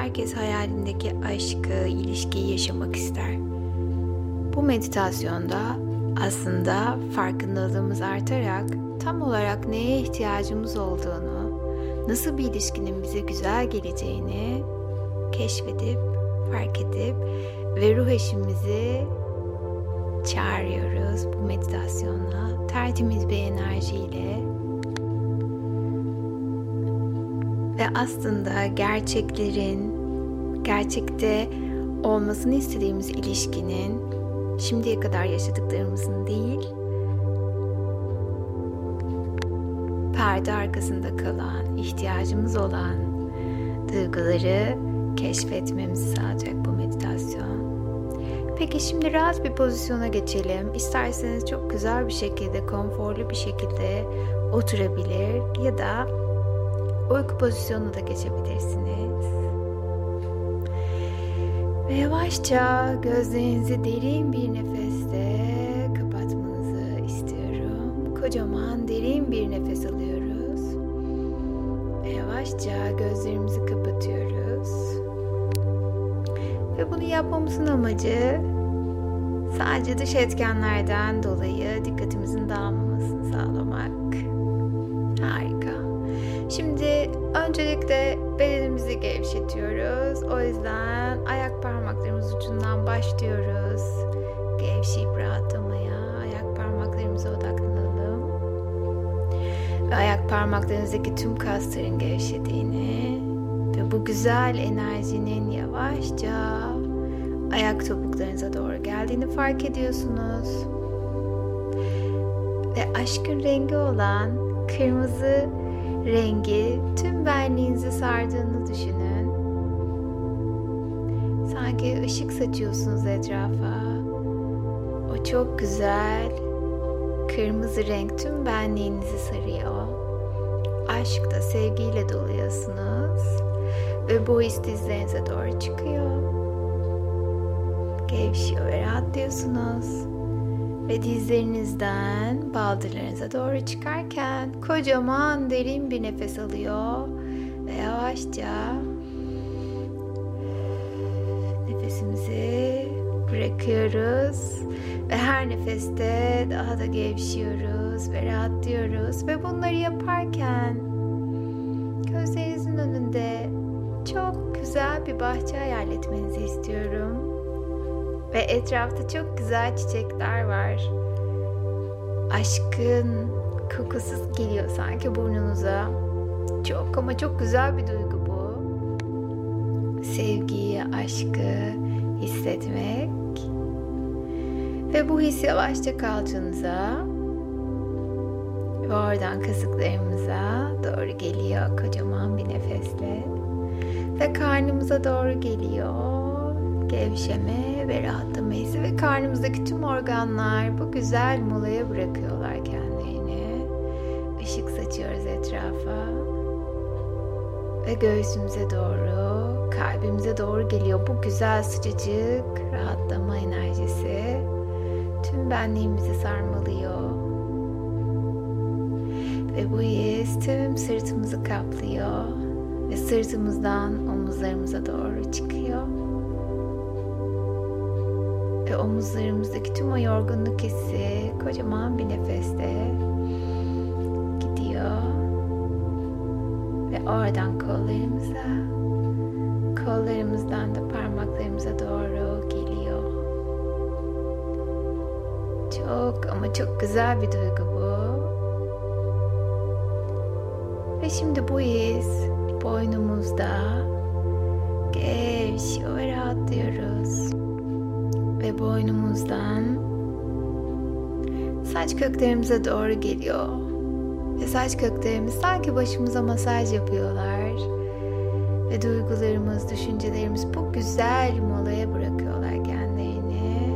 herkes hayalindeki aşkı, ilişkiyi yaşamak ister. Bu meditasyonda aslında farkındalığımız artarak tam olarak neye ihtiyacımız olduğunu, nasıl bir ilişkinin bize güzel geleceğini keşfedip, fark edip ve ruh eşimizi çağırıyoruz bu meditasyonla, tertemiz bir enerjiyle. Ve aslında gerçekte olmasını istediğimiz ilişkinin şimdiye kadar yaşadıklarımızın değil, perde arkasında kalan, ihtiyacımız olan duyguları keşfetmemizi sağlayacak bu meditasyon. Peki şimdi rahat bir pozisyona geçelim. İsterseniz çok güzel bir şekilde, konforlu bir şekilde oturabilir ya da uyku pozisyonuna da geçebilirsiniz. Ve yavaşça gözlerinizi derin bir nefeste kapatmanızı istiyorum. Kocaman derin bir nefes alıyoruz. Ve yavaşça gözlerimizi kapatıyoruz. Ve bunu yapmamızın amacı sadece dış etkenlerden dolayı dikkatimizin dağılmamasını sağlamak. Harika. Şimdi öncelikle bedenimizi gevşetiyoruz. O yüzden ayak parmaklarımız ucundan başlıyoruz. Gevşeyip rahatlamaya, ayak parmaklarımıza odaklanalım. Ve ayak parmaklarınızdaki tüm kasların gevşediğini ve bu güzel enerjinin yavaşça ayak topuklarınıza doğru geldiğini fark ediyorsunuz. Ve aşkın rengi olan kırmızı rengi tüm benliğinizi sardığını düşünün. Sanki ışık saçıyorsunuz etrafa. O çok güzel kırmızı renk tüm benliğinizi sarıyor. Aşkta, sevgiyle doluyorsunuz. Ve bu his dizlerinize doğru çıkıyor. Gevşiyor ve rahatlıyorsunuz. Ve dizlerinizden baldırlarınıza doğru çıkarken kocaman derin bir nefes alıyor. Ve yavaşça nefesimizi bırakıyoruz. Ve her nefeste daha da gevşiyoruz ve rahatlıyoruz. Ve bunları yaparken gözlerinizin önünde çok güzel bir bahçe hayal etmenizi istiyorum. Ve etrafta çok güzel çiçekler var. Aşkın kokusu geliyor sanki burnunuza. Çok ama çok güzel bir duygu bu. Sevgiyi, aşkı hissetmek. Ve bu his yavaşça kalçanıza ve oradan kasıklarımıza doğru geliyor kocaman bir nefesle. Ve karnımıza doğru geliyor. Gevşeme ve rahatlama hissi ve karnımızdaki tüm organlar bu güzel molaya bırakıyorlar kendilerini. Işık saçıyoruz etrafa. Ve göğsümüze doğru, kalbimize doğru geliyor bu güzel sıcacık rahatlama enerjisi. Tüm benliğimizi sarmalıyor. Ve bu his tüm sırtımızı kaplıyor. Ve sırtımızdan omuzlarımıza doğru çıkıyor. Ve omuzlarımızdaki tüm o yorgunluk hissi kocaman bir nefeste gidiyor. Ve oradan kollarımızdan da parmaklarımıza doğru geliyor. Çok ama çok güzel bir duygu bu. Ve şimdi bu his boynumuzda gevşiyor ve rahatlıyoruz. Ve boynumuzdan saç köklerimize doğru geliyor. Ve saç köklerimiz sanki başımıza masaj yapıyorlar. Ve duygularımız, düşüncelerimiz bu güzel molaya bırakıyorlar kendilerini.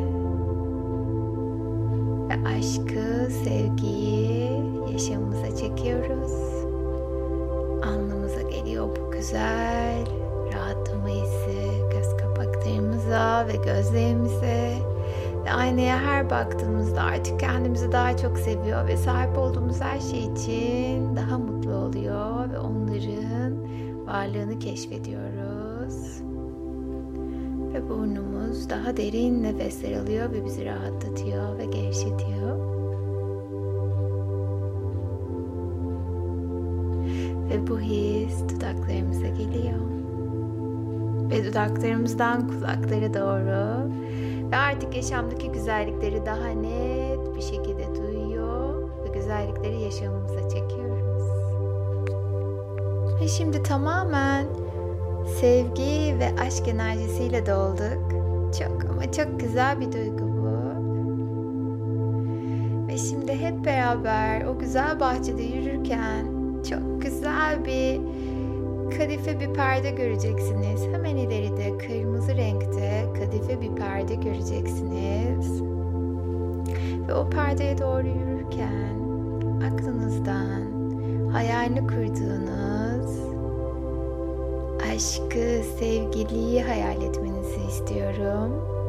Ve aşkı, sevgiyi yaşamımıza çekiyoruz. Alnımıza geliyor bu güzel rahatlama hissi. Göz kapaklarımıza ve gözlerimize ve aynaya her baktığımızda artık kendimizi daha çok seviyor ve sahip olduğumuz her şey için daha mutlu oluyor ve onların varlığını keşfediyoruz. Ve burnumuz daha derin nefesler alıyor ve bizi rahatlatıyor ve gevşetiyor. Ve bu his dudaklarımıza geliyor. Ve dudaklarımızdan kulaklara doğru ve artık yaşamdaki güzellikleri daha net bir şekilde duyuyor ve güzellikleri yaşamımıza çekiyoruz. Ve şimdi tamamen sevgi ve aşk enerjisiyle dolduk. Çok ama çok güzel bir duygu bu. Ve şimdi hep beraber o güzel bahçede yürürken çok güzel bir kadife bir perde göreceksiniz. Hemen ileride kırmızı renkte kadife bir perde göreceksiniz. Ve o perdeye doğru yürürken aklınızdan hayalini kurduğunuz aşkı, sevgiliyi hayal etmenizi istiyorum.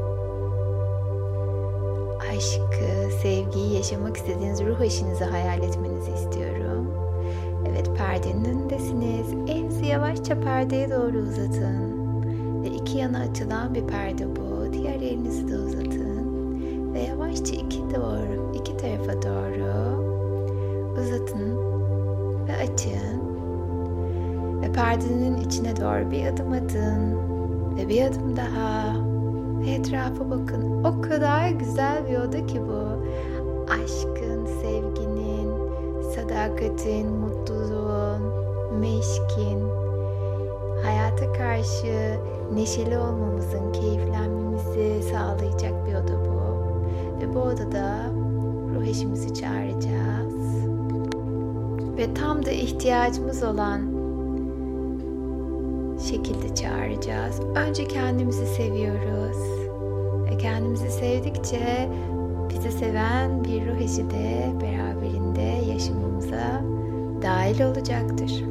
Aşkı, sevgiyi yaşamak istediğiniz ruh eşinizi hayal etmenizi istiyorum. Evet, perdenin önündesiniz. Elinizi yavaşça perdeye doğru uzatın. Ve iki yana açılan bir perde bu. Diğer elinizi de uzatın. Ve yavaşça iki tarafa doğru uzatın ve açın. Ve perdenin içine doğru bir adım atın. Ve bir adım daha. Ve etrafa bakın. O kadar güzel bir oda ki bu. Aşkın, sevginin, sadakatin, mutluluğun, meşkin, hayata karşı neşeli olmamızın, keyiflenmemizi sağlayacak bir oda bu. Ve bu odada ruh eşimizi çağıracağız. Ve tam da ihtiyacımız olan şekilde çağıracağız. Önce kendimizi seviyoruz. Ve kendimizi sevdikçe bizi seven bir ruh eşi de beraberinde yaşamımıza dahil olacaktır.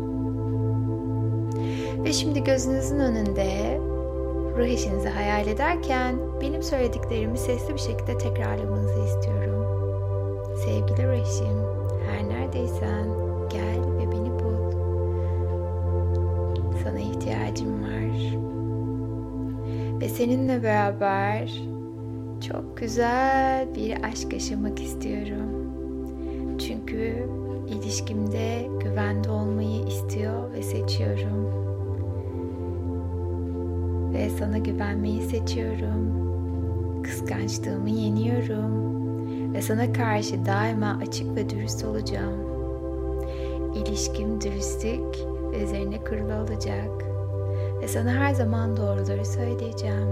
Ve şimdi gözünüzün önünde ruh eşinizi hayal ederken benim söylediklerimi sesli bir şekilde tekrarlamanızı istiyorum. Sevgili ruh eşim, her neredeysen gel ve beni bul. Sana ihtiyacım var. Ve seninle beraber çok güzel bir aşk yaşamak istiyorum. Çünkü ilişkimde güvende olmayı istiyor ve seçiyorum. Ve sana güvenmeyi seçiyorum. Kıskançlığımı yeniyorum. Ve sana karşı daima açık ve dürüst olacağım. İlişkim dürüstlük ve üzerine kurulu olacak. Ve sana her zaman doğruları söyleyeceğim.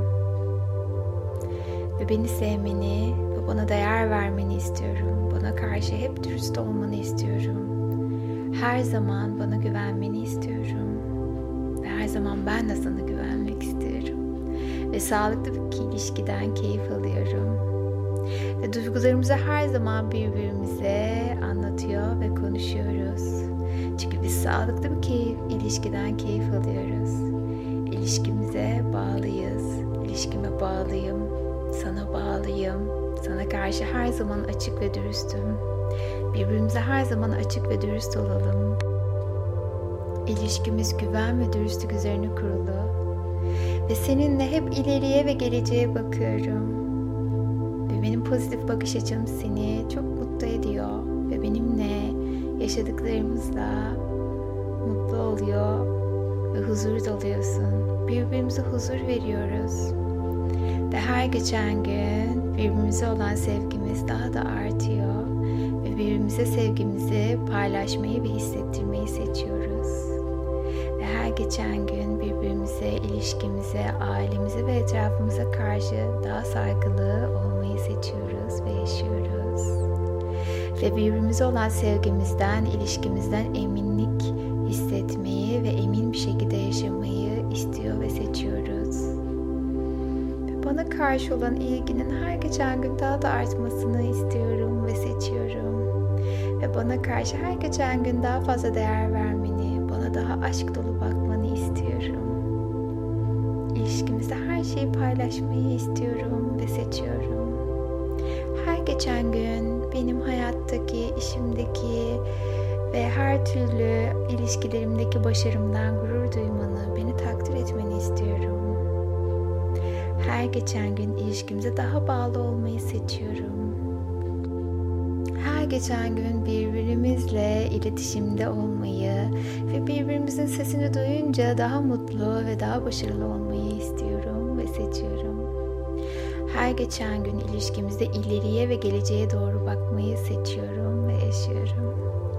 Ve beni sevmeni ve bana değer vermeni istiyorum. Bana karşı hep dürüst olmanı istiyorum. Her zaman bana güvenmeni istiyorum. Ve her zaman ben de sana güvenmek istiyorum. Ve sağlıklı bir ilişkiden keyif alıyorum. Ve duygularımızı her zaman birbirimize anlatıyor ve konuşuyoruz. Çünkü biz sağlıklı bir ilişkiden keyif alıyoruz. İlişkimize bağlıyız. İlişkime bağlıyım. Sana bağlıyım. Sana karşı her zaman açık ve dürüstüm. Birbirimize her zaman açık ve dürüst olalım. İlişkimiz güven ve dürüstlük üzerine kurulu. Ve seninle hep ileriye ve geleceğe bakıyorum. Ve benim pozitif bakış açım seni çok mutlu ediyor. Ve benimle yaşadıklarımızla mutlu oluyor ve huzur doluyorsun. Birbirimize huzur veriyoruz. Ve her geçen gün birbirimize olan sevgimiz daha da artıyor. Ve birbirimize sevgimizi paylaşmayı ve hissettirmeyi seçiyoruz. Ve her geçen gün birbirimize, ilişkimize, ailemize ve etrafımıza karşı daha saygılı olmayı seçiyoruz ve yaşıyoruz. Ve birbirimize olan sevgimizden, ilişkimizden eminlik hissetmeyi ve emin bir şekilde yaşamayı istiyor ve seçiyoruz. Ve bana karşı olan ilginin her geçen gün daha da artmasını istiyorum ve seçiyorum. Ve bana karşı her geçen gün daha fazla değer vermeni, bana daha aşk dolu bakmanı istiyorum. İlişkimizde her şeyi paylaşmayı istiyorum ve seçiyorum. Her geçen gün benim hayattaki, işimdeki ve her türlü ilişkilerimdeki başarımdan gurur duymanı, beni takdir etmeni istiyorum. Her geçen gün ilişkimize daha bağlı olmayı seçiyorum. Her geçen gün birbirimizle iletişimde olmayı ve birbirimizin sesini duyunca daha mutlu ve daha başarılı olmayı istiyorum ve seçiyorum. Her geçen gün ilişkimizde ileriye ve geleceğe doğru bakmayı seçiyorum ve yaşıyorum.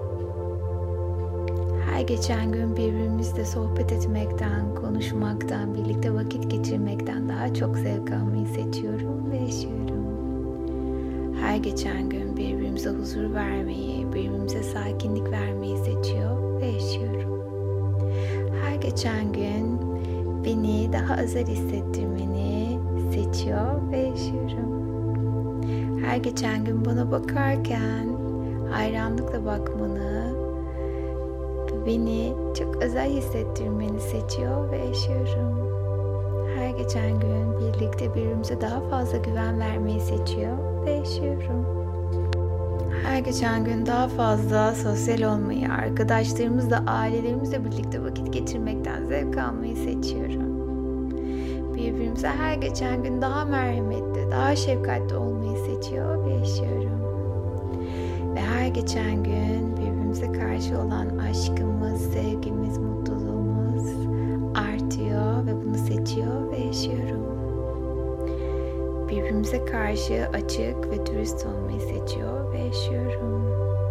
Her geçen gün birbirimizle sohbet etmekten, konuşmaktan, birlikte vakit geçirmekten daha çok zevk almayı seçiyorum ve yaşıyorum. Her geçen gün birbirimize huzur vermeyi, birbirimize sakinlik vermeyi seçiyor ve yaşıyorum. Her geçen gün beni daha özel hissettirmeni seçiyor ve yaşıyorum. Her geçen gün bana bakarken hayranlıkla bakmanı, beni çok özel hissettirmeni seçiyor ve yaşıyorum. Her geçen gün birlikte birbirimize daha fazla güven vermeyi seçiyor ve yaşıyorum. Her geçen gün daha fazla sosyal olmayı, arkadaşlarımızla, ailelerimizle birlikte vakit geçirmekten zevk almayı seçiyorum. Birbirimize her geçen gün daha merhametli, daha şefkatli olmayı seçiyor ve yaşıyorum. Ve her geçen gün birbirimize karşı olan aşkımız, sevgimiz, mutluluğumuz artıyor ve bunu seçiyor ve yaşıyorum. Birbirimize karşı açık ve dürüst olmayı seçiyor ve yaşıyorum.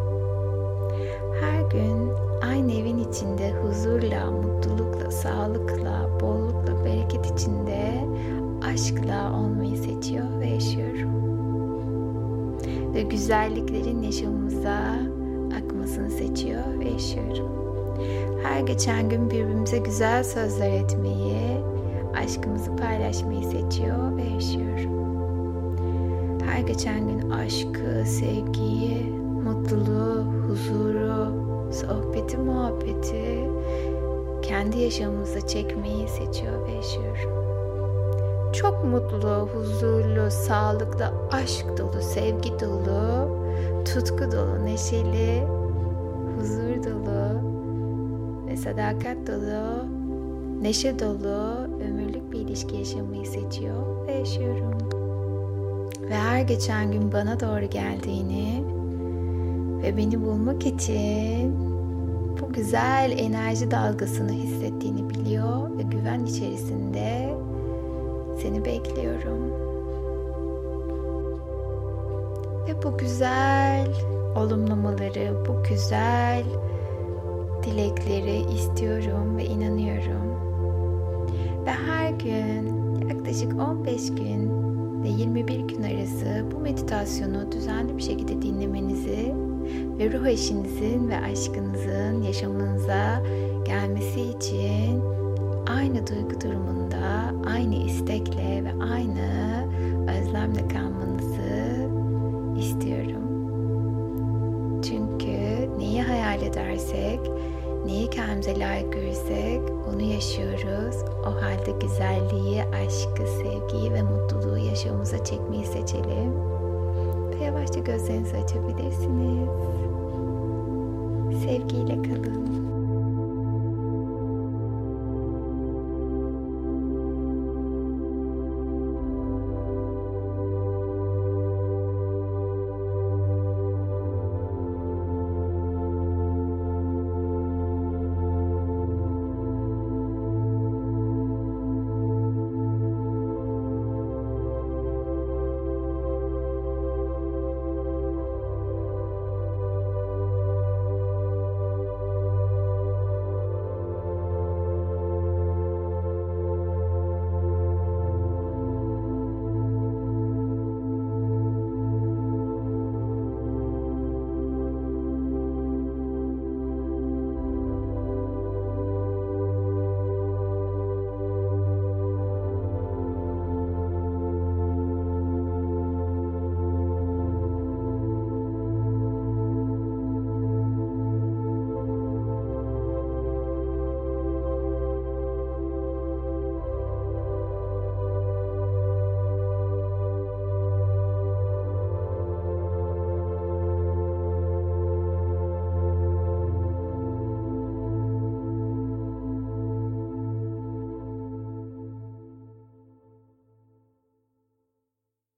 Her gün aynı evin içinde huzurla, mutlulukla, sağlıkla, bollukla, bereket içinde aşkla olmayı seçiyor ve yaşıyorum. Ve güzelliklerin yaşamımıza akmasını seçiyor ve yaşıyorum. Her geçen gün birbirimize güzel sözler etmeyi, aşkımızı paylaşmayı seçiyor ve yaşıyorum. Her geçen gün aşkı, sevgiyi, mutluluğu, huzuru, sohbeti, muhabbeti kendi yaşamımıza çekmeyi seçiyor ve yaşıyorum. Çok mutlu, huzurlu, sağlıklı, aşk dolu, sevgi dolu, tutku dolu, neşeli, huzur dolu ve sadakat dolu, neşe dolu, ömürlük bir ilişki yaşamayı seçiyor ve yaşıyorum. Ve her geçen gün bana doğru geldiğini ve beni bulmak için bu güzel enerji dalgasını hissettiğini biliyor ve güven içerisinde seni bekliyorum. Ve bu güzel olumlamaları, bu güzel dilekleri istiyorum ve inanıyorum. Ve her gün yaklaşık 15 gün ve 21 gün arası bu meditasyonu düzenli bir şekilde dinlemenizi ve ruh eşinizin ve aşkınızın yaşamınıza gelmesi için aynı duygu durumunda, aynı istekle ve aynı özlemle kalmanızı istiyorum. Çünkü neyi hayal edersek, neyi kendimize layık görürsek onu yaşıyoruz. O halde güzelliği, aşkı, sevgiyi ve mutluluğu yaşamımıza çekmeyi seçelim. Ve yavaşça gözlerinizi açabilirsiniz. Sevgiyle kalın.